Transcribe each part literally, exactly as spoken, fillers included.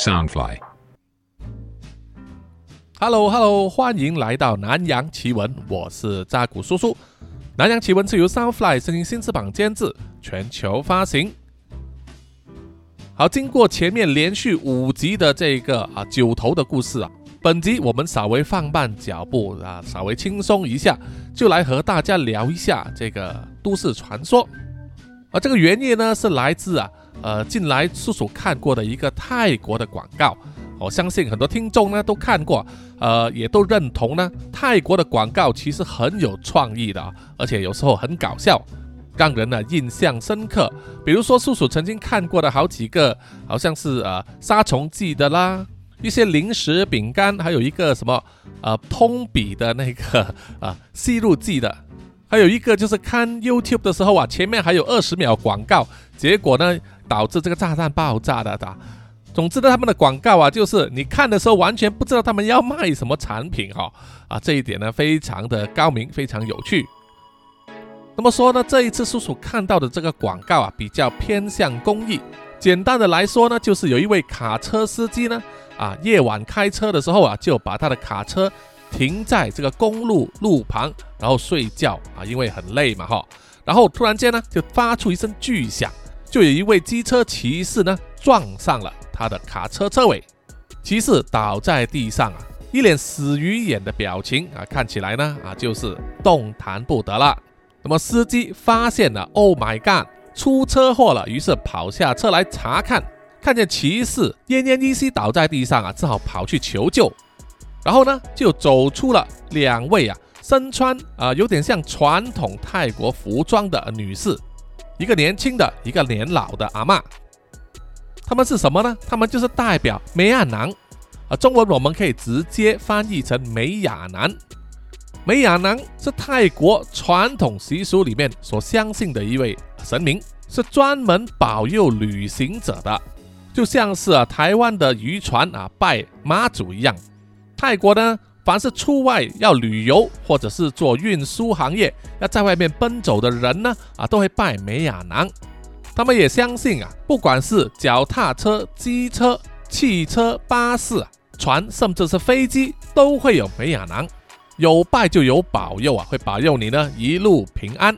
Soundfly。Hello Hello， 欢迎来到南洋奇闻，我是扎古叔叔。南洋奇闻是由 Soundfly 声音新翅膀监制，全球发行。好，经过前面连续五集的这个啊九头的故事啊，本集我们稍微放慢脚步啊，稍微轻松一下，就来和大家聊一下这个都市传说。而这个原因呢，是来自啊呃近来叔叔看过的一个泰国的广告。我相信很多听众呢都看过，呃，也都认同呢，泰国的广告其实很有创意的，而且有时候很搞笑，让人呢印象深刻。比如说，叔叔曾经看过的好几个，好像是呃杀虫剂的啦，一些零食饼干，还有一个什么呃通笔的那个啊、呃、吸入剂的，还有一个就是看 YouTube 的时候啊，前面还有二十秒广告，结果呢导致这个炸弹爆炸的的。总之呢，他们的广告啊，就是你看的时候完全不知道他们要卖什么产品哈、哦、啊，这一点呢非常的高明，非常有趣。那么说呢，这一次叔叔看到的这个广告啊，比较偏向公益。简单的来说呢，就是有一位卡车司机呢，啊，夜晚开车的时候啊，就把他的卡车停在这个公路路旁，然后睡觉啊，因为很累嘛哈。然后突然间呢，就发出一声巨响，就有一位机车骑士呢撞上了他的卡车车尾，骑士倒在地上啊，一脸死鱼眼的表情啊，看起来呢啊就是动弹不得了。那么司机发现了 ，Oh my God， 出车祸了，于是跑下车来查看，看见骑士奄奄一息倒在地上啊，只好跑去求救。然后呢，就走出了两位啊，身穿啊有点像传统泰国服装的女士，一个年轻的，一个年老的阿嬷。他们是什么呢？他们就是代表美亚男啊，中文我们可以直接翻译成美亚男。美亚男是泰国传统习俗里面所相信的一位神明，是专门保佑旅行者的，就像是啊台湾的渔船啊拜妈祖一样。泰国呢，凡是出外要旅游或者是做运输行业，要在外面奔走的人呢啊，都会拜美亚男。他们也相信啊，不管是脚踏车、机车、汽车、巴士、船，甚至是飞机，都会有美亚男。有拜就有保佑啊，会保佑你呢一路平安。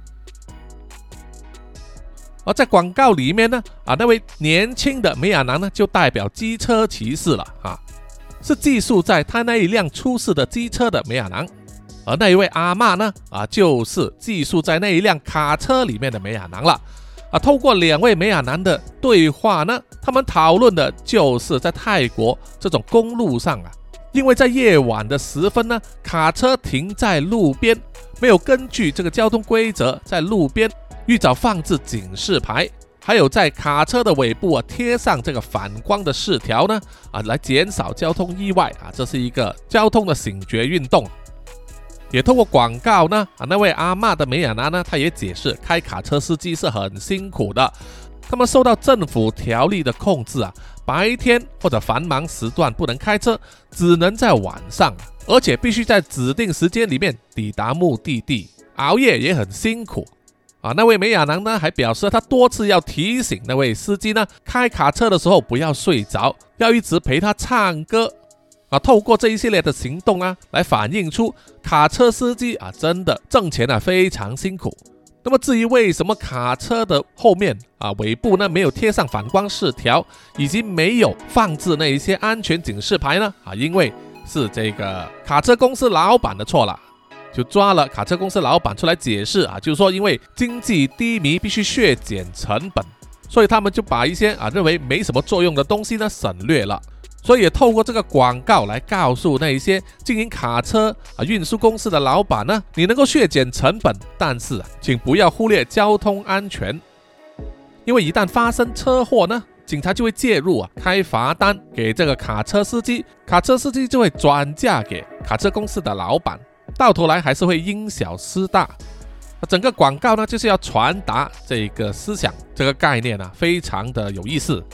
而在广告里面呢，啊，那位年轻的美亚男呢，就代表机车骑士了啊，是寄宿在他那一辆出事的机车的美亚男。而那一位阿嬷呢，啊，就是寄宿在那一辆卡车里面的美亚男了。啊，透过两位美亚男的对话呢，他们讨论的就是在泰国这种公路上啊，因为在夜晚的时分呢，卡车停在路边，没有根据这个交通规则在路边预早放置警示牌，还有在卡车的尾部啊贴上这个反光的饰条呢，啊，来减少交通意外啊，这是一个交通的醒觉运动。也透过广告呢，啊，那位阿嬷的美亚男呢，他也解释开卡车司机是很辛苦的，他们受到政府条例的控制啊，白天或者繁忙时段不能开车，只能在晚上，而且必须在指定时间里面抵达目的地，熬夜也很辛苦啊。那位美亚男呢，还表示他多次要提醒那位司机呢，开卡车的时候不要睡着，要一直陪他唱歌。啊，透过这一系列的行动啊，来反映出卡车司机啊真的挣钱啊非常辛苦。那么至于为什么卡车的后面啊尾部呢没有贴上反光饰条，以及没有放置那一些安全警示牌呢？啊，因为是这个卡车公司老板的错了，就抓了卡车公司老板出来解释啊，就是说因为经济低迷必须削减成本，所以他们就把一些啊认为没什么作用的东西呢省略了。所以也透过这个广告来告诉那一些经营卡车啊运输公司的老板呢，你能够削减成本，但是啊，请不要忽略交通安全，因为一旦发生车祸呢，警察就会介入啊，开罚单给这个卡车司机，卡车司机就会转嫁给卡车公司的老板，到头来还是会因小失大。整个广告呢，就是要传达这个思想，这个概念啊，非常的有意思。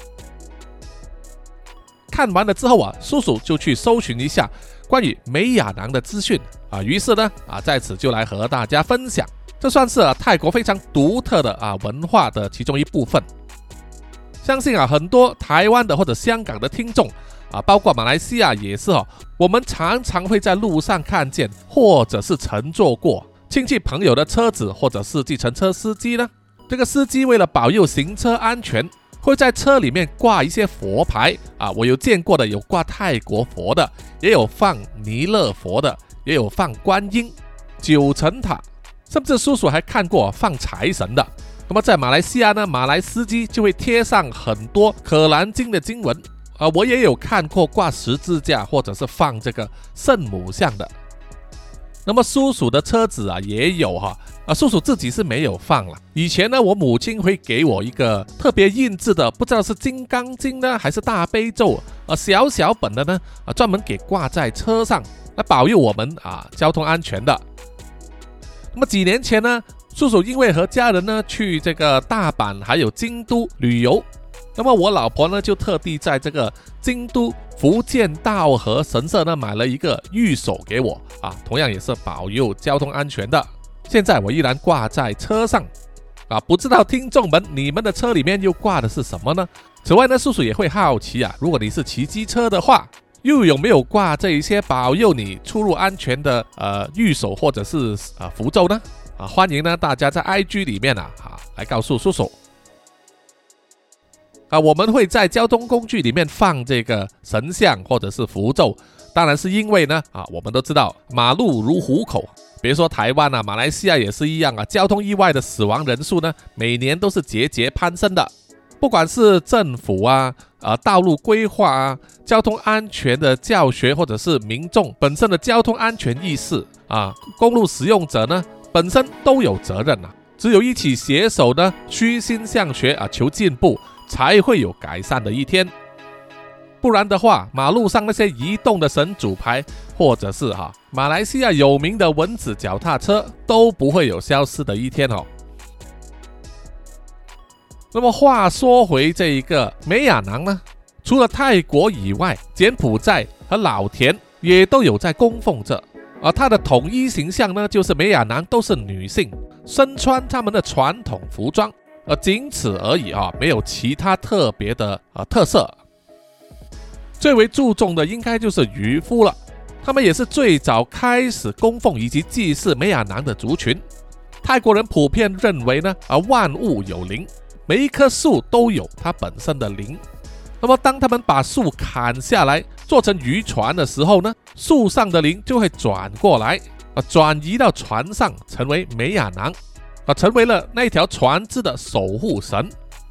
看完了之后啊，叔叔就去搜寻一下关于美亚男的资讯啊，于是呢啊，在此就来和大家分享，这算是、啊、泰国非常独特的啊文化的其中一部分。 相信啊，很多台湾的或者香港的听众啊，包括马来西亚也是哦，我们常常会在路上看见，或者是乘坐过亲戚朋友的车子，或者是计程车司机呢。这个司机为了保佑行车安全，会在车里面挂一些佛牌啊。我有见过的，有挂泰国佛的，也有放弥勒佛的，也有放观音、九层塔，甚至叔叔还看过放财神的。那么在马来西亚呢，马来司机就会贴上很多可兰经的经文啊，我也有看过挂十字架或者是放这个圣母像的。那么叔叔的车子啊也有哈啊，叔叔自己是没有放了。以前呢，我母亲会给我一个特别印制的，不知道是金刚经呢还是大悲咒啊，小小本的呢啊，专门给挂在车上，来保佑我们啊交通安全的。那么几年前呢，叔叔因为和家人呢去这个大阪还有京都旅游，那么我老婆呢就特地在这个京都福建道和神社呢买了一个玉手给我啊，同样也是保佑交通安全的。现在我依然挂在车上啊，不知道听众们你们的车里面又挂的是什么呢？此外呢，叔叔也会好奇啊，如果你是骑机车的话，又有没有挂这一些保佑你出入安全的呃玉手或者是呃符咒呢？啊，欢迎呢大家在 I G 里面啊啊来告诉叔叔。啊，我们会在交通工具里面放这个神像或者是符咒，当然是因为呢啊，我们都知道马路如虎口。别说台湾啊，马来西亚也是一样啊，交通意外的死亡人数呢，每年都是节节攀升的。不管是政府啊、呃道路规划啊、交通安全的教学，或者是民众本身的交通安全意识啊，公路使用者呢本身都有责任啊。只有一起携手呢，虚心向学啊，求进步，才会有改善的一天。不然的话，马路上那些移动的神主牌，或者是哈、啊、马来西亚有名的蚊子脚踏车，都不会有消失的一天哦。那么话说回这一个美亚囊呢，除了泰国以外，柬埔寨和老田也都有在供奉着，而它的统一形象呢，就是美亚囊都是女性，身穿他们的传统服装，而仅此而已啊，没有其他特别的啊特色。最为注重的应该就是渔夫了，他们也是最早开始供奉以及祭祀美亚囊的族群。泰国人普遍认为呢，啊万物有灵，每一棵树都有它本身的灵。那么当他们把树砍下来做成渔船的时候呢，树上的灵就会转过来啊，转移到船上，成为美亚囊啊，成为了那条船只的守护神。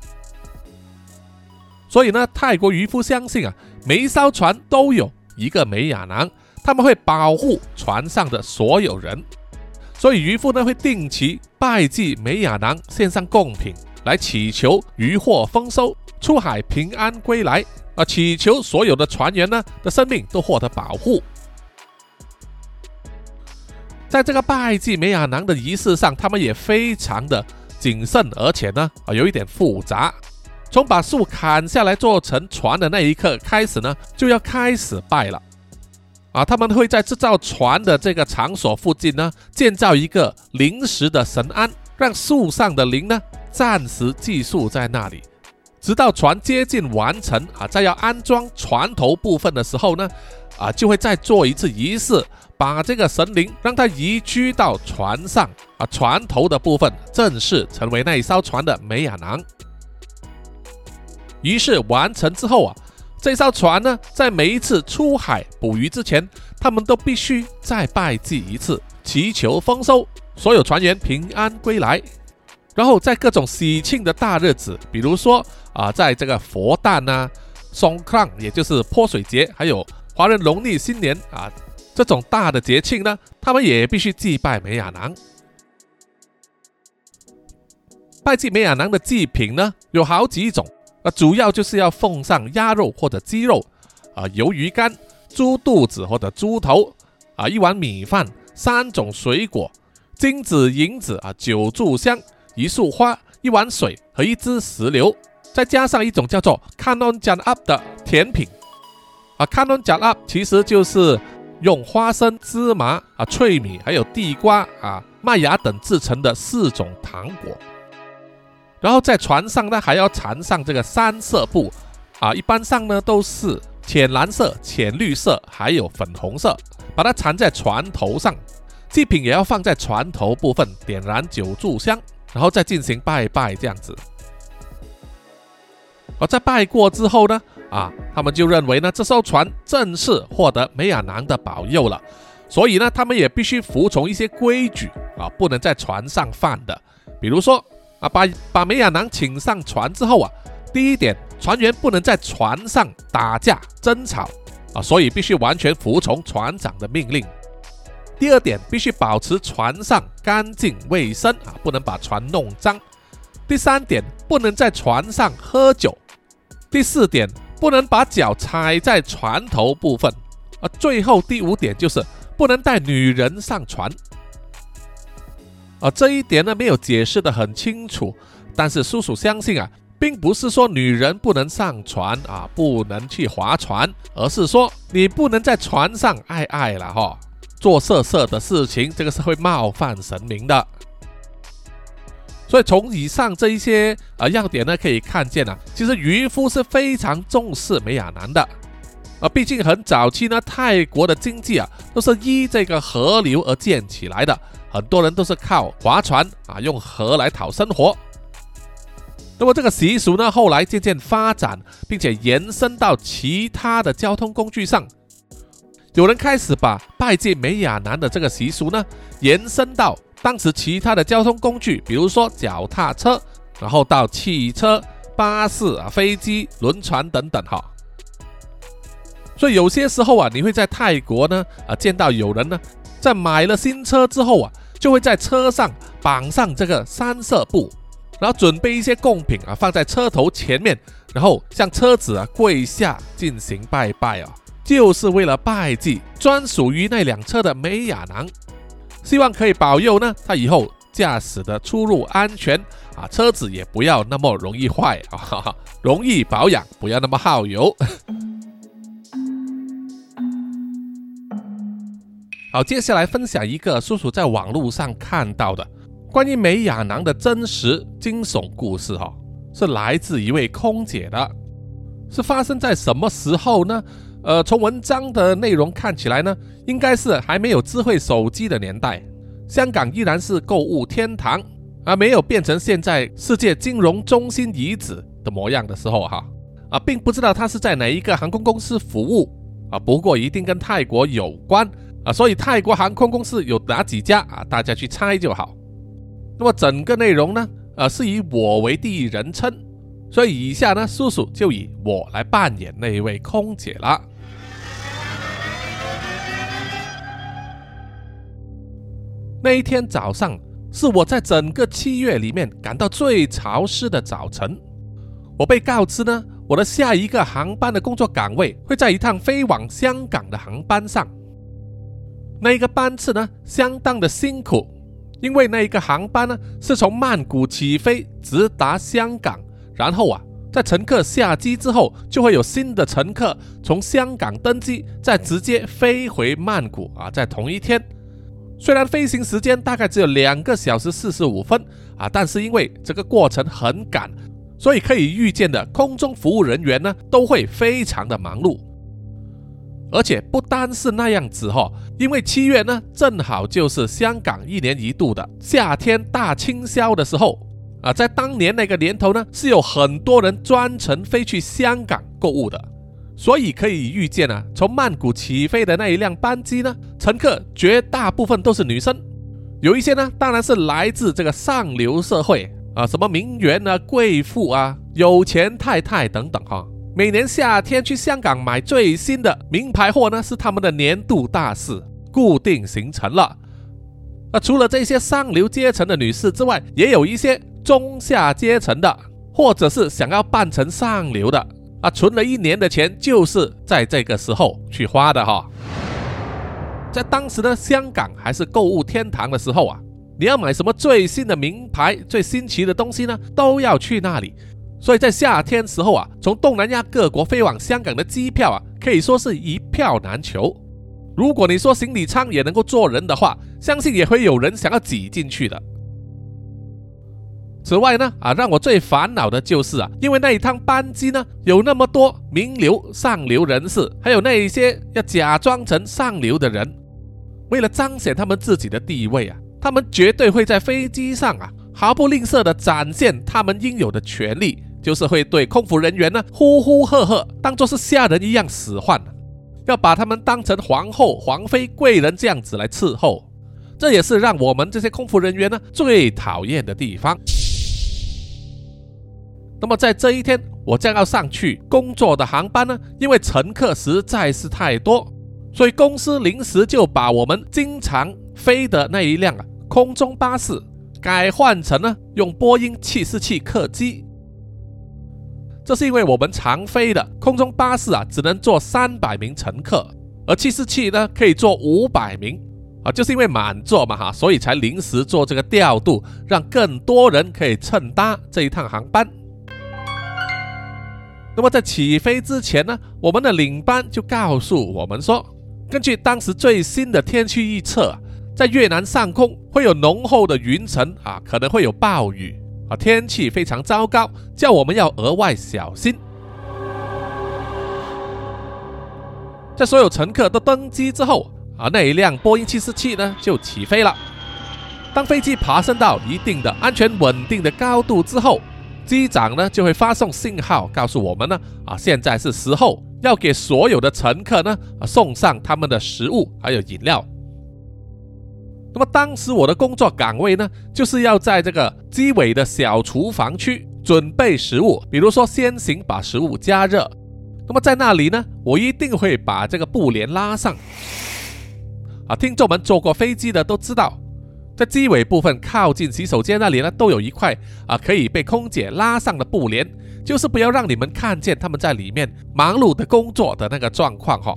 所以呢，泰国渔夫相信啊，每一艘船都有一个美亚囊，他们会保护船上的所有人。所以渔夫呢会定期拜祭美亚囊，献上贡品，来祈求渔获丰收，出海平安归来啊，祈求所有的船员呢的生命都获得保护。在这个拜祭美亚囊的仪式上，他们也非常的谨慎，而且呢啊有一点复杂。从把树砍下来做成船的那一刻开始呢，就要开始拜了啊！他们会在制造船的这个场所附近呢，建造一个临时的神庵，让树上的灵呢暂时寄宿在那里，直到船接近完成啊，再要安装船头部分的时候呢，啊就会再做一次仪式，把这个神灵让它移居到船上啊，船头的部分正式成为那一艘船的美亚囊。仪式完成之后啊，这艘船呢，在每一次出海捕鱼之前，他们都必须再拜祭一次，祈求丰收，所有船员平安归来。然后在各种喜庆的大日子，比如说啊，在这个佛诞啊、松康，也就是泼水节，还有华人农历新年啊这种大的节庆呢，他们也必须祭拜美亚囊。拜祭美亚囊的祭品呢，有好几种。啊，主要就是要奉上鸭肉或者鸡肉，啊，鱿鱼干、猪肚子或者猪头，啊，一碗米饭、三种水果、金子、银子啊，九炷香、一束花、一碗水和一只石榴，再加上一种叫做 Kanon Jalap 的甜品。啊 ，Kanon Jalap 其实就是用花生、芝麻啊、脆米还有地瓜啊、麦芽等制成的四种糖果。 然后在船上呢还要缠上这个三色布啊，一般上呢都是浅蓝色、浅绿色还有粉红色，把它缠在船头上。祭品也要放在船头部分，点燃九炷香，然后再进行拜拜这样子。而在拜过之后呢，啊，他们就认为呢这艘船正式获得美亚男的保佑了，所以呢他们也必须服从一些规矩啊，不能在船上犯的。比如说啊，把把美亚男请上船之后啊，第一点，船员不能在船上打架争吵啊，所以必须完全服从船长的命令。第二点，必须保持船上干净卫生啊，不能把船弄脏。第三点，不能在船上喝酒。第四点，不能把脚踩在船头部分啊。最后第五点就是不能带女人上船啊。这一点呢没有解释得很清楚，但是叔叔相信啊，并不是说女人不能上船啊，不能去划船，而是说你不能在船上爱爱了哈。做色色的事情，这个是会冒犯神明的。所以从以上这一些呃要点呢，可以看见啊，其实渔夫是非常重视美亚男的。呃，毕竟很早期呢，泰国的经济啊都是依这个河流而建起来的，很多人都是靠划船啊，用河来讨生活。那么这个习俗呢，后来渐渐发展，并且延伸到其他的交通工具上。有人开始把拜祭美亚男的这个习俗呢，延伸到当时其他的交通工具，比如说脚踏车，然后到汽车、巴士啊、飞机、轮船等等哈。所以有些时候啊，你会在泰国呢啊见到有人呢，在买了新车之后啊，就会在车上绑上这个三色布，然后准备一些贡品啊放在车头前面，然后向车子啊跪下进行拜拜啊。就是为了拜祭专属于那辆车的美亚男，希望可以保佑呢他以后驾驶的出入安全啊，车子也不要那么容易坏啊，哈哈，容易保养，不要那么耗油。好，接下来分享一个叔叔在网络上看到的关于美亚男的真实惊悚故事哈，是来自一位空姐的，是发生在什么时候呢？呃，从文章的内容看起来呢，应该是还没有智慧手机的年代，香港依然是购物天堂，而没有变成现在世界金融中心遗址的模样的时候哈，啊，并不知道他是在哪一个航空公司服务啊，不过一定跟泰国有关啊，所以泰国航空公司有哪几家啊，大家去猜就好。那么整个内容呢，呃，是以我为第一人称，所以以下呢，叔叔就以我来扮演那一位空姐了。那一天早上是我在整个七月里面感到最潮湿的早晨。我被告知呢，我的下一个航班的工作岗位会在一趟飞往香港的航班上。那一个班次呢，相当的辛苦，因为那一个航班呢是从曼谷起飞，直达香港，然后啊，在乘客下机之后，就会有新的乘客从香港登机，再直接飞回曼谷啊，在同一天。虽然飞行时间大概只有两个小时四十五分啊，但是因为这个过程很赶，所以可以预见的空中服务人员呢都会非常的忙碌。而且不单是那样子哈，因为七月呢正好就是香港一年一度的夏天大清宵的时候啊，在当年那个年头呢，是有很多人专程飞去香港购物的。所以可以预见啊，从曼谷起飞的那一辆班机呢，乘客绝大部分都是女生，有一些呢当然是来自这个上流社会啊，什么名媛啊、贵妇啊、有钱太太等等哈。每年夏天去香港买最新的名牌货呢，是他们的年度大事，固定行程了。那除了这些上流阶层的女士之外，也有一些中下阶层的，或者是想要扮成上流的啊，存了一年的钱就是在这个时候去花的哈。在当时的香港还是购物天堂的时候啊，你要买什么最新的名牌、最新奇的东西呢，都要去那里。所以在夏天时候啊，从东南亚各国飞往香港的机票啊，可以说是一票难求。如果你说行李舱也能够坐人的话，相信也会有人想要挤进去的。 此外呢，啊，让我最烦恼的就是啊，因为那一趟班机呢，有那么多名流、上流人士，还有那一些要假装成上流的人，为了彰显他们自己的地位啊，他们绝对会在飞机上啊，毫不吝啬地展现他们应有的权利，就是会对空服人员呢呼呼喝喝，当作是下人一样使唤，要把他们当成皇后、皇妃、贵人这样子来伺候。这也是让我们这些空服人员呢最讨厌的地方。那么在这一天我将要上去工作的航班呢，因为乘客实在是太多，所以公司临时就把我们经常飞的那一辆、啊、空中巴士改换成呢用波音七四七客机。这是因为我们常飞的空中巴士啊，只能坐三百名乘客，而七四七呢可以坐五百名啊，就是因为满座嘛哈，所以才临时做这个调度，让更多人可以乘搭这一趟航班。那么在起飞之前呢，我们的领班就告诉我们说，根据当时最新的天气预测啊，在越南上空会有浓厚的云层啊，可能会有暴雨啊，天气非常糟糕，叫我们要额外小心。在所有乘客都登机之后啊，那一辆波音七四七呢就起飞了。当飞机爬升到一定的安全稳定的高度之后，机长呢就会发送信号告诉我们呢，啊，现在是时候要给所有的乘客呢、啊、送上他们的食物还有饮料。那么当时我的工作岗位呢，就是要在这个机尾的小厨房区准备食物，比如说先行把食物加热。那么在那里呢，我一定会把这个布帘拉上。啊，听众们坐过飞机的都知道，在机尾部分靠近洗手间那里呢，都有一块啊可以被空姐拉上的布帘，就是不要让你们看见他们在里面忙碌的工作的那个状况哈。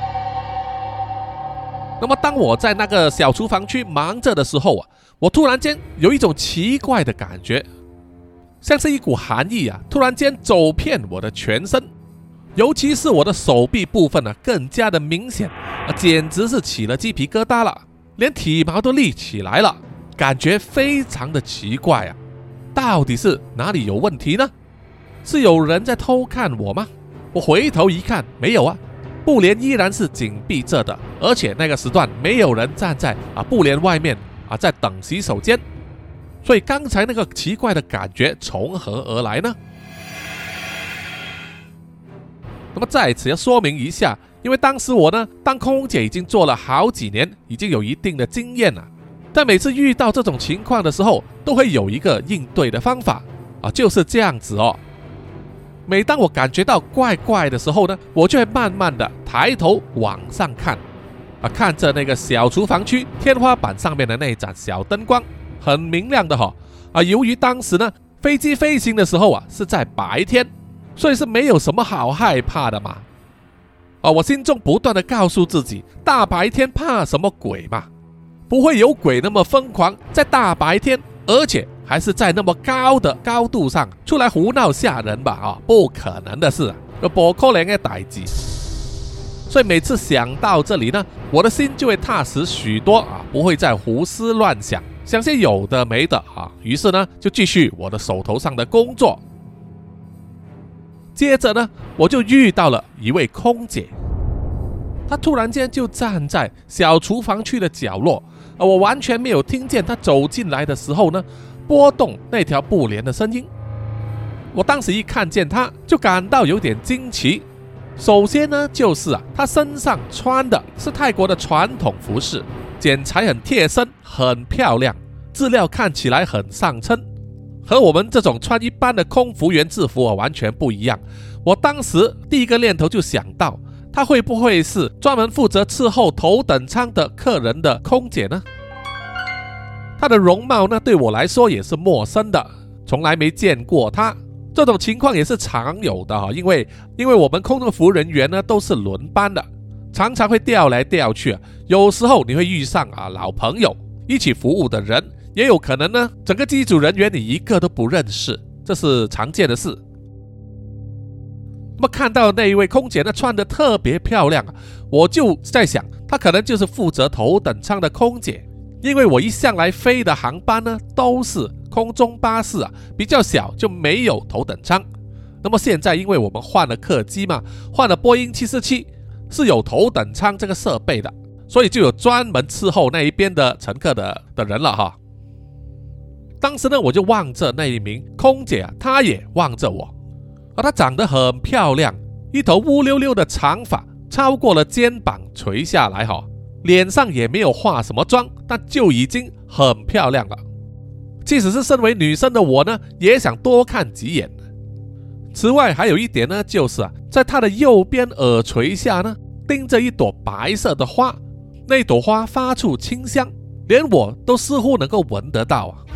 那么当我在那个小厨房区忙着的时候啊，我突然间有一种奇怪的感觉，像是一股寒意啊，突然间走遍我的全身，尤其是我的手臂部分呢、啊，更加的明显啊，简直是起了鸡皮疙瘩了。连体毛都立起来了，感觉非常的奇怪啊！到底是哪里有问题呢？是有人在偷看我吗？我回头一看，没有啊，布帘依然是紧闭着的，而且那个时段没有人站在啊布帘外面啊在等洗手间，所以刚才那个奇怪的感觉从何而来呢？那么在此要说明一下，因为当时我呢当空姐已经做了好几年，已经有一定的经验了，但每次遇到这种情况的时候，都会有一个应对的方法啊，就是这样子哦。每当我感觉到怪怪的时候呢，我就会慢慢的抬头往上看啊，看着那个小厨房区天花板上面的那一盏小灯光，很明亮的哈、哦、啊。由于当时呢飞机飞行的时候啊是在白天，所以是没有什么好害怕的嘛。啊，我心中不断的告诉自己，大白天怕什么鬼嘛？不会有鬼那么疯狂，在大白天，而且还是在那么高的高度上出来胡闹吓人吧？啊，不可能的事，不可能的代志。所以每次想到这里呢，我的心就会踏实许多啊，不会再胡思乱想，想些有的没的啊。于是呢，就继续我的手头上的工作。接着呢，我就遇到了一位空姐，她突然间就站在小厨房区的角落，而我完全没有听见她走进来的时候呢，拨动那条布帘的声音。我当时一看见她，就感到有点惊奇。首先呢，就是啊，她身上穿的是泰国的传统服饰，剪裁很贴身，很漂亮，质料看起来很上乘。和我们这种穿一般的空服员制服啊完全不一样。我当时第一个念头就想到，她会不会是专门负责伺候头等舱的客人的空姐呢？她的容貌呢对我来说也是陌生的，从来没见过她。这种情况也是常有的哈，因为因为我们空中服务人员呢都是轮班的，常常会调来调去，有时候你会遇上啊老朋友一起服务的人。也有可能呢，整个机组人员你一个都不认识，这是常见的事。那么看到那一位空姐呢穿得特别漂亮，我就在想，她可能就是负责头等舱的空姐， 因为我一向来飞的航班呢都是空中巴士啊，比较小，就没有头等舱。那么现在因为我们换了客机嘛，换了波音七四七，是有头等舱这个设备的，所以就有专门伺候那一边的乘客的的人了哈。当时呢，我就望着那一名空姐啊，她也望着我，而她长得很漂亮，一头乌溜溜的长发，超过了肩膀垂下来哈，脸上也没有化什么妆，但就已经很漂亮了。即使是身为女生的我呢，也想多看几眼。此外还有一点呢，就是啊，在她的右边耳垂下呢，钉着一朵白色的花，那朵花发出清香，连我都似乎能够闻得到啊。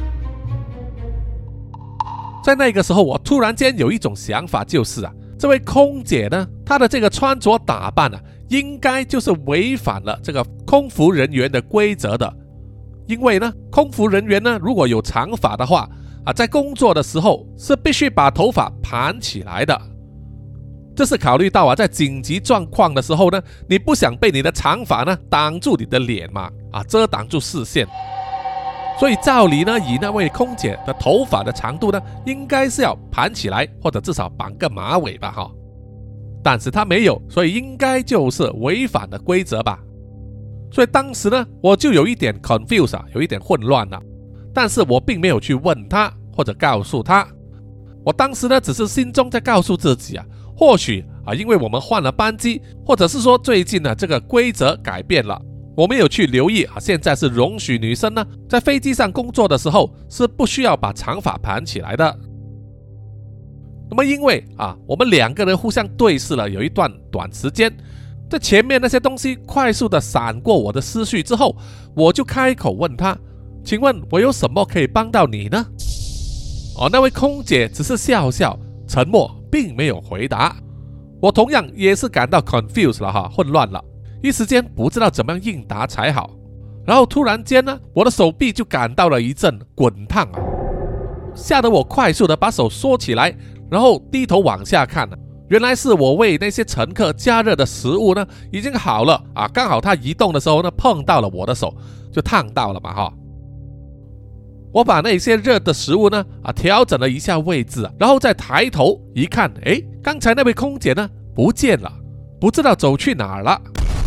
在那个时候，我突然间有一种想法，就是啊，这位空姐呢，她的这个穿着打扮啊，应该就是违反了这个空服人员的规则的。因为呢，空服人员呢，如果有长发的话啊，在工作的时候是必须把头发盘起来的。这是考虑到啊，在紧急状况的时候呢，你不想被你的长发呢挡住你的脸嘛，啊，遮挡住视线。所以照理呢，以那位空姐的头发的长度呢，应该是要盘起来，或者至少绑个马尾吧哈。但是她没有，所以应该就是违反了规则吧。所以当时呢，我就有一点 confuse 啊，有一点混乱了。但是我并没有去问他或者告诉他，我当时呢只是心中在告诉自己啊，或许啊，因为我们换了班机，或者是说最近呢这个规则改变了，我没有去留意啊，现在是容许女生呢在飞机上工作的时候是不需要把长发盘起来的。那么因为啊，我们两个人互相对视了有一段短时间，在前面那些东西快速的闪过我的思绪之后，我就开口问他，请问我有什么可以帮到你呢？哦，那位空姐只是笑笑，沉默，并没有回答。我同样也是感到 confused 了哈，混乱了，一时间不知道怎么样应答才好。然后突然间呢，我的手臂就感到了一阵滚烫啊，吓得我快速的把手缩起来，然后低头往下看啊，原来是我为那些乘客加热的食物呢已经好了啊，刚好它移动的时候呢碰到了我的手，就烫到了嘛哈。我把那些热的食物呢啊调整了一下位置，然后再抬头一看，诶，刚才那位空姐呢不见了，不知道走去哪儿了。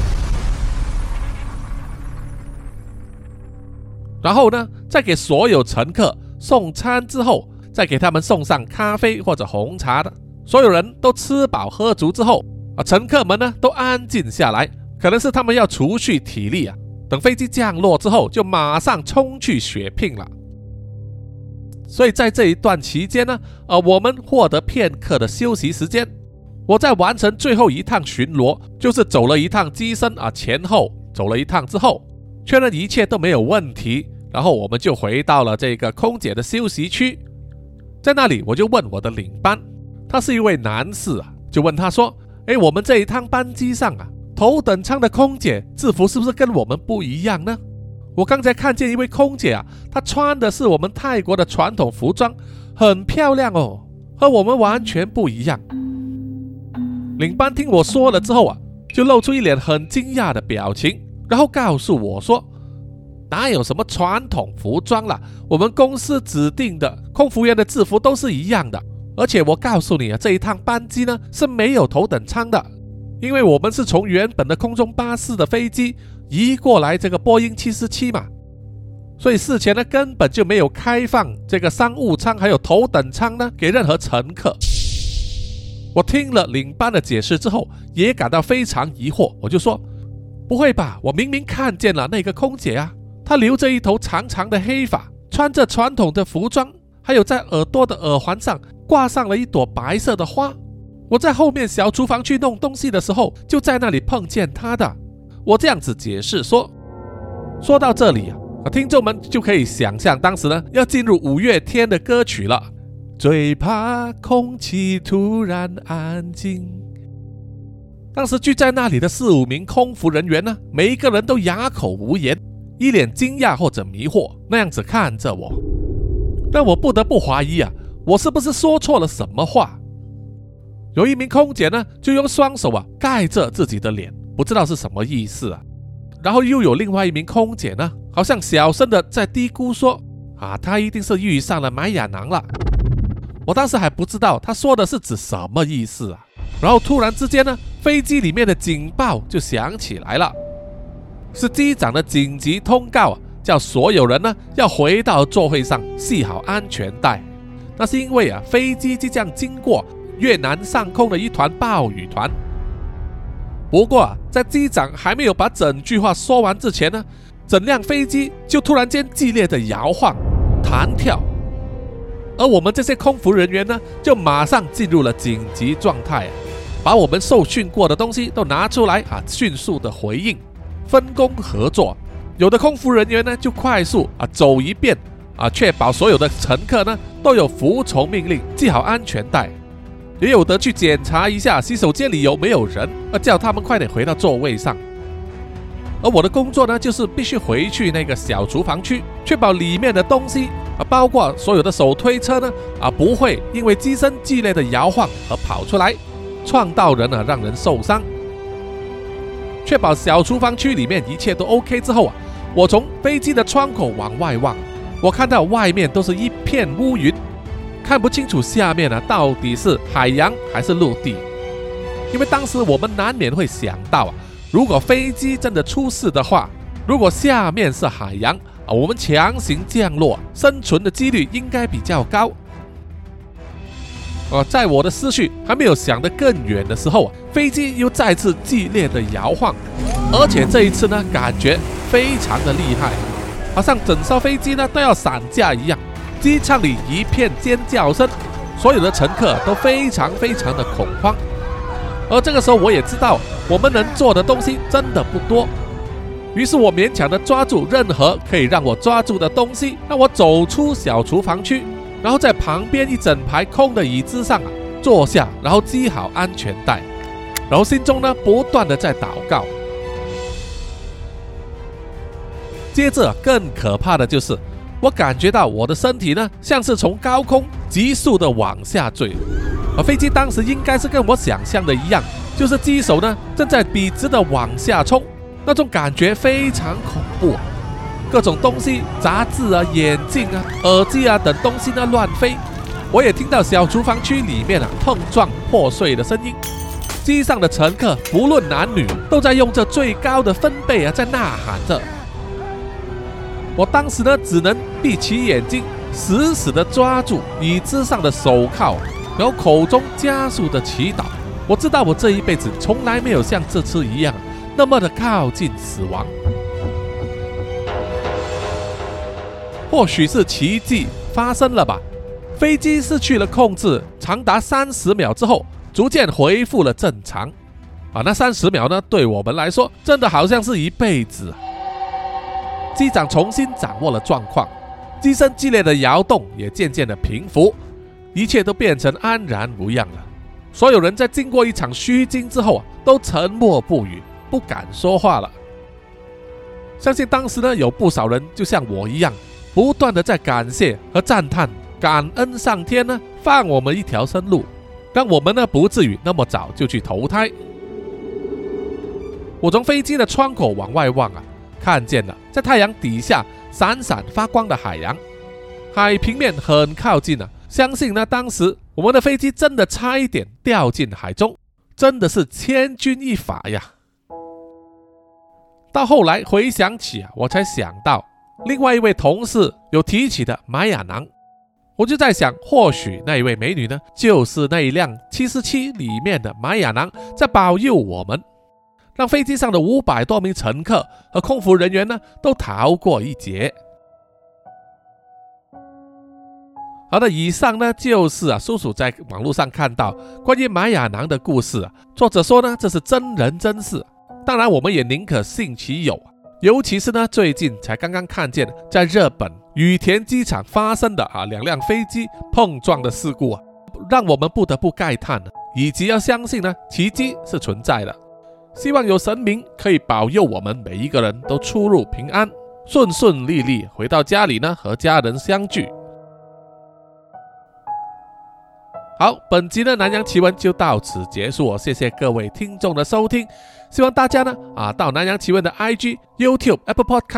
然后呢，在给所有乘客送餐之后，再给他们送上咖啡或者红茶的，所有人都吃饱喝足之后啊，乘客们呢都安静下来，可能是他们要储蓄体力啊，等飞机降落之后就马上冲去血拼了。所以在这一段期间呢，呃，我们获得片刻的休息时间。我在完成最后一趟巡逻，就是走了一趟机身啊，前后走了一趟之后，确认一切都没有问题，然后我们就回到了这个空姐的休息区。在那里我就问我的领班，他是一位男士啊，就问他说，诶，我们这一趟班机上啊，头等舱的空姐制服是不是跟我们不一样呢？我刚才看见一位空姐啊，她穿的是我们泰国的传统服装，很漂亮哦，和我们完全不一样。领班听我说了之后啊，就露出一脸很惊讶的表情，然后告诉我说，哪有什么传统服装啦，我们公司指定的空服员的制服都是一样的，而且我告诉你啊，这一趟班机呢是没有头等舱的，因为我们是从原本的空中巴士的飞机移过来这个波音七四七嘛，所以事前呢根本就没有开放这个商务舱还有头等舱呢给任何乘客。我听了领班的解释之后也感到非常疑惑，我就说，不会吧，我明明看见了那个空姐啊，她留着一头长长的黑发，穿着传统的服装，还有在耳朵的耳环上挂上了一朵白色的花。我在后面小厨房去弄东西的时候就在那里碰见她的。我这样子解释说。说到这里啊，听众们就可以想象当时呢要进入五月天的歌曲了，最怕空气突然安静。当时聚在那里的四五名空服人员呢，每一个人都哑口无言，一脸惊讶或者迷惑那样子看着我，让我不得不怀疑啊，我是不是说错了什么话。有一名空姐呢就用双手啊盖着自己的脸，不知道是什么意思啊。然后又有另外一名空姐呢好像小声的在嘀咕说啊，他一定是遇上了玛雅囊了。我当时还不知道他说的是指什么意思啊。然后突然之间呢，飞机里面的警报就响起来了，是机长的紧急通告啊，叫所有人呢要回到座位上系好安全带。那是因为啊，飞机即将经过越南上空的一团暴雨团。不过啊，在机长还没有把整句话说完之前呢，整辆飞机就突然间剧烈的摇晃弹跳，而我们这些空服人员呢，就马上进入了紧急状态啊，把我们受训过的东西都拿出来啊，迅速的回应，分工合作。有的空服人员呢，就快速啊走一遍啊，确保所有的乘客呢都有服从命令，系好安全带。也有的去检查一下洗手间里有没有人，啊，叫他们快点回到座位上。而我的工作呢，就是必须回去那个小厨房区，确保里面的东西啊，包括所有的手推车呢啊，不会因为机身剧烈的摇晃而跑出来，撞到人啊，让人受伤。确保小厨房区里面一切都 OK 之后啊，我从飞机的窗口往外望，我看到外面都是一片乌云，看不清楚下面啊到底是海洋还是陆地。因为当时我们难免会想到啊，如果飞机真的出事的话，如果下面是海洋啊，我们强行降落，生存的几率应该比较高。呃，在我的思绪还没有想得更远的时候啊，飞机又再次剧烈的摇晃，而且这一次呢，感觉非常的厉害，好像整艘飞机呢都要散架一样。机舱里一片尖叫声，所有的乘客都非常非常的恐慌。而这个时候我也知道我们能做的东西真的不多，于是我勉强的抓住任何可以让我抓住的东西，让我走出小厨房区，然后在旁边一整排空的椅子上啊坐下，然后系好安全带，然后心中呢不断的在祷告。接着更可怕的就是我感觉到我的身体呢像是从高空急速的往下坠，而飞机当时应该是跟我想象的一样，就是机手呢正在笔直的往下冲，那种感觉非常恐怖。各种东西，杂志啊、眼镜啊、耳机啊等东西呢乱飞。我也听到小厨房区里面啊碰撞破碎的声音。机上的乘客不论男女，都在用这最高的分贝啊在呐喊着。我当时呢只能闭起眼睛，死死的抓住椅子上的手铐，然后口中加速的祈祷。我知道我这一辈子从来没有像这次一样那么的靠近死亡。或许是奇迹发生了吧，飞机失去了控制，长达三十秒之后，逐渐恢复了正常。啊，那三十秒呢，对我们来说，真的好像是一辈子。机长重新掌握了状况，机身剧烈的摇动也渐渐的平复，一切都变成安然无恙了。所有人在经过一场虚惊之后啊，都沉默不语，不敢说话了。相信当时呢，有不少人就像我一样，不断的在感谢和赞叹，感恩上天呢放我们一条生路，让我们呢不至于那么早就去投胎。我从飞机的窗口往外望啊，看见了在太阳底下闪闪发光的海洋，海平面很靠近啊，相信呢当时我们的飞机真的差一点掉进海中，真的是千钧一发呀。到后来回想起啊，我才想到另外一位同事有提起的玛雅囊，我就在想，或许那一位美女呢，就是那一辆七四七里面的玛雅囊，在保佑我们，让飞机上的五百多名乘客和空服人员呢，都逃过一劫。好的，以上呢就是啊，叔叔在网络上看到关于玛雅囊的故事啊，作者说呢，这是真人真事，当然我们也宁可信其有。尤其是呢，最近才刚刚看见在日本羽田机场发生的啊两辆飞机碰撞的事故啊，让我们不得不慨叹，以及要相信呢，奇迹是存在的。希望有神明可以保佑我们每一个人都出入平安，顺顺利利回到家里呢，和家人相聚。好，本集的南洋奇闻就到此结束，谢谢各位听众的收听。希望大家呢啊到南洋奇闻的 I G、YouTube、Apple Podcast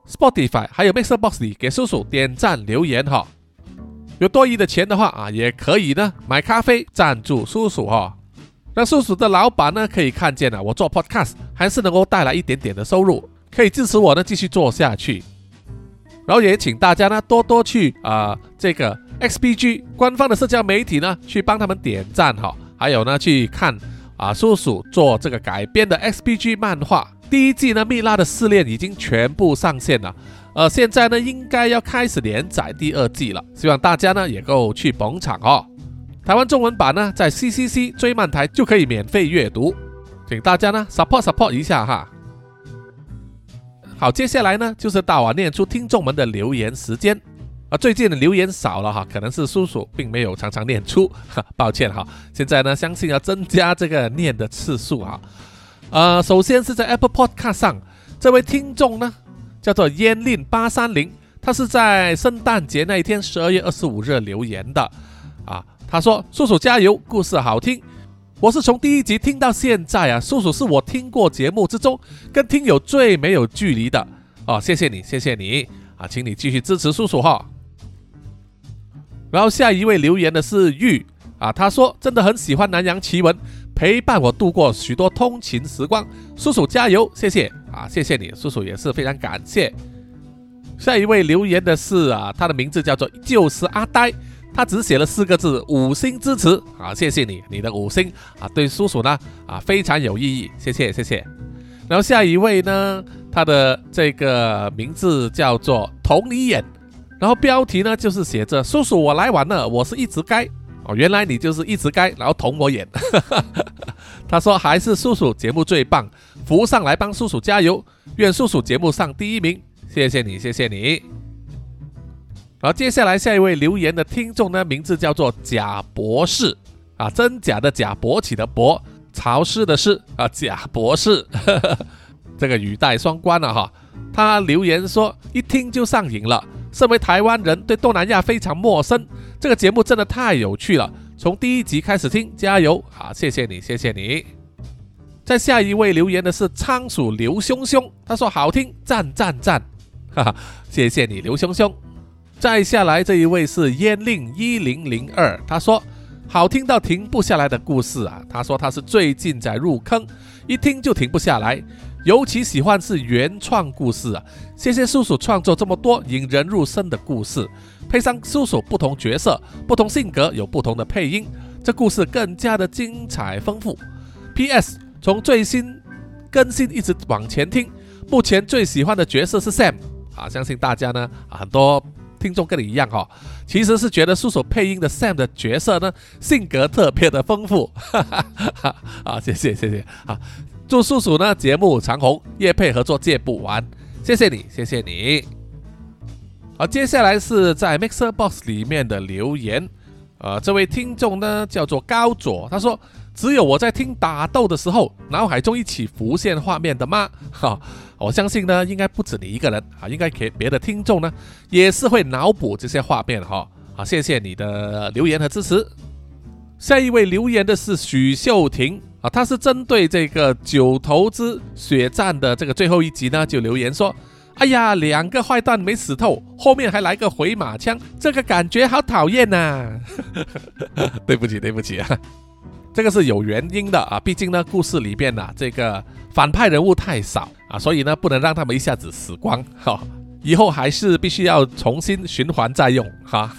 Spotify 还有 Mixer Box 里给叔叔点赞留言哈。有多余的钱的话啊，也可以呢买咖啡赞助叔叔哈，让叔叔的老板呢可以看见啊我做 podcast 还是能够带来一点点的收入，可以支持我呢继续做下去。然后也请大家呢多多去啊、呃、这个 X P G 官方的社交媒体呢去帮他们点赞哈，还有呢去看啊叔叔做这个改编的 X P G 漫画。第一季呢蜜蜡的试炼已经全部上线了，呃现在呢应该要开始连载第二季了，希望大家呢也够去捧场哦。台湾中文版呢在 C C C 追漫台就可以免费阅读，请大家呢 support support 一下哈。好，接下来呢就是到我念出听众们的留言时间啊，最近的留言少了哈，可能是叔叔并没有常常念出，抱歉哈。现在呢相信要增加这个念的次数哈。呃，首先是在 Apple Podcast 上，这位听众呢叫做烟令八三零，他是在圣诞节那一天十二月二十五日留言的啊。他说：“叔叔加油，故事好听，我是从第一集听到现在啊，叔叔是我听过节目之中跟听友最没有距离的哦，谢谢你，谢谢你啊，请你继续支持叔叔哈。”然后下一位留言的是玉啊，他说真的很喜欢南洋奇闻，陪伴我度过许多通勤时光，叔叔加油，谢谢啊，谢谢你，叔叔也是非常感谢。下一位留言的是啊，他的名字叫做就是阿呆，他只写了四个字，五星支持啊，谢谢你，你的五星啊，对叔叔呢啊非常有意义，谢谢谢谢。然后下一位呢，他的这个名字叫做同你眼，然后标题呢就是写着叔叔我来晚了，我是一直该。哦，原来你就是一直该，然后捅我眼。他说还是叔叔节目最棒，扶上来帮叔叔加油，愿叔叔节目上第一名，谢谢你，谢谢你。然后接下来下一位留言的听众呢，名字叫做贾博士啊，真假的假，勃起的勃，潮湿的湿啊，贾博士，这个语带双关了哈。他留言说一听就上瘾了。身为台湾人，对东南亚非常陌生，这个节目真的太有趣了，从第一集开始听，加油啊！谢谢你，谢谢你。在下一位留言的是仓鼠刘兄兄，他说好听，赞赞赞，哈哈，谢谢你刘兄兄。再下来这一位是烟令一零零二，他说好听到停不下来的故事啊，他说他是最近在入坑，一听就停不下来。尤其喜欢是原创故事啊！谢谢叔叔创作这么多引人入胜的故事，配上叔叔不同角色、不同性格有不同的配音，这故事更加的精彩丰富。P S 从最新更新一直往前听，目前最喜欢的角色是 Sam 啊，相信大家呢啊很多听众跟你一样哈、哦，其实是觉得叔叔配音的 Sam 的角色呢性格特别的丰富，哈哈哈啊，谢谢谢谢啊。祝叔叔呢节目长红，业配合作借不完，谢谢你，谢谢你。好，接下来是在 Mixer Box 里面的留言，呃，这位听众呢叫做高左，他说只有我在听打斗的时候，脑海中一起浮现画面的吗？哈，我相信呢应该不止你一个人啊，应该给别的听众呢也是会脑补这些画面哈。好，谢谢你的留言和支持。下一位留言的是许秀婷啊，他是针对这个九头之血战的这个最后一集呢，就留言说：“哎呀，两个坏蛋没死透，后面还来个回马枪，这个感觉好讨厌呐！”对不起，对不起啊，这个是有原因的啊，毕竟呢，故事里边呢、啊，这个反派人物太少啊，所以呢，不能让他们一下子死光哈、哦，以后还是必须要重新循环再用哈。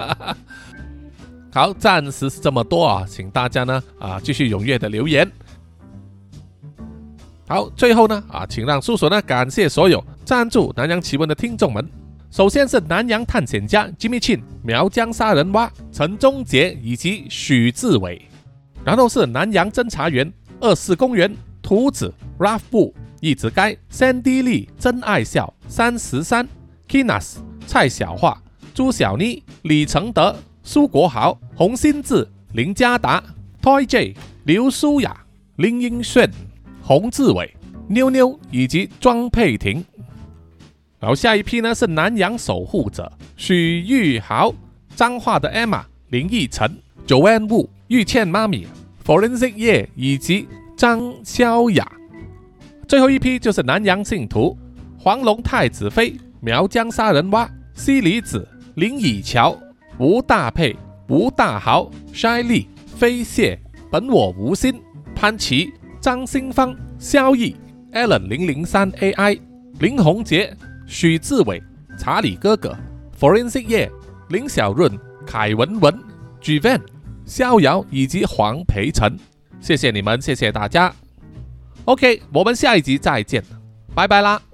好，暂时是这么多啊，请大家呢啊继续踊跃的留言。好，最后呢啊，请让叔叔呢感谢所有赞助南洋奇闻的听众们。首先是南洋探险家 Jimmy Chin、苗疆杀人蛙陈忠杰以及许志伟，然后是南洋侦查员二四公园图子 Ralph 布一直该 Sandy Lee 真爱笑三十三 Kinas 蔡小桦朱小妮李承德苏国豪、洪新志、林家达、Toy J、刘舒雅、林英炫、洪志伟、妞妞以及庄佩婷。然后下一批呢是南洋守护者许玉豪、彰化的 Emma、林奕晨、Joanne Wu、玉倩妈咪、Forensic 叶以及张潇雅。最后一批就是南洋信徒黄龙太子妃、苗疆杀人蛙、西里子、林以乔、吴大佩、吴大豪、筛利、飞蟹、本我无心、潘琪、张新芳、萧毅、Alan 零零三 A I、林宏杰、许志伟、查理哥哥、Forensic 叶、林小润、凯文文、Gvan、逍遥以及黄培成，谢谢你们，谢谢大家。OK， 我们下一集再见，拜拜啦。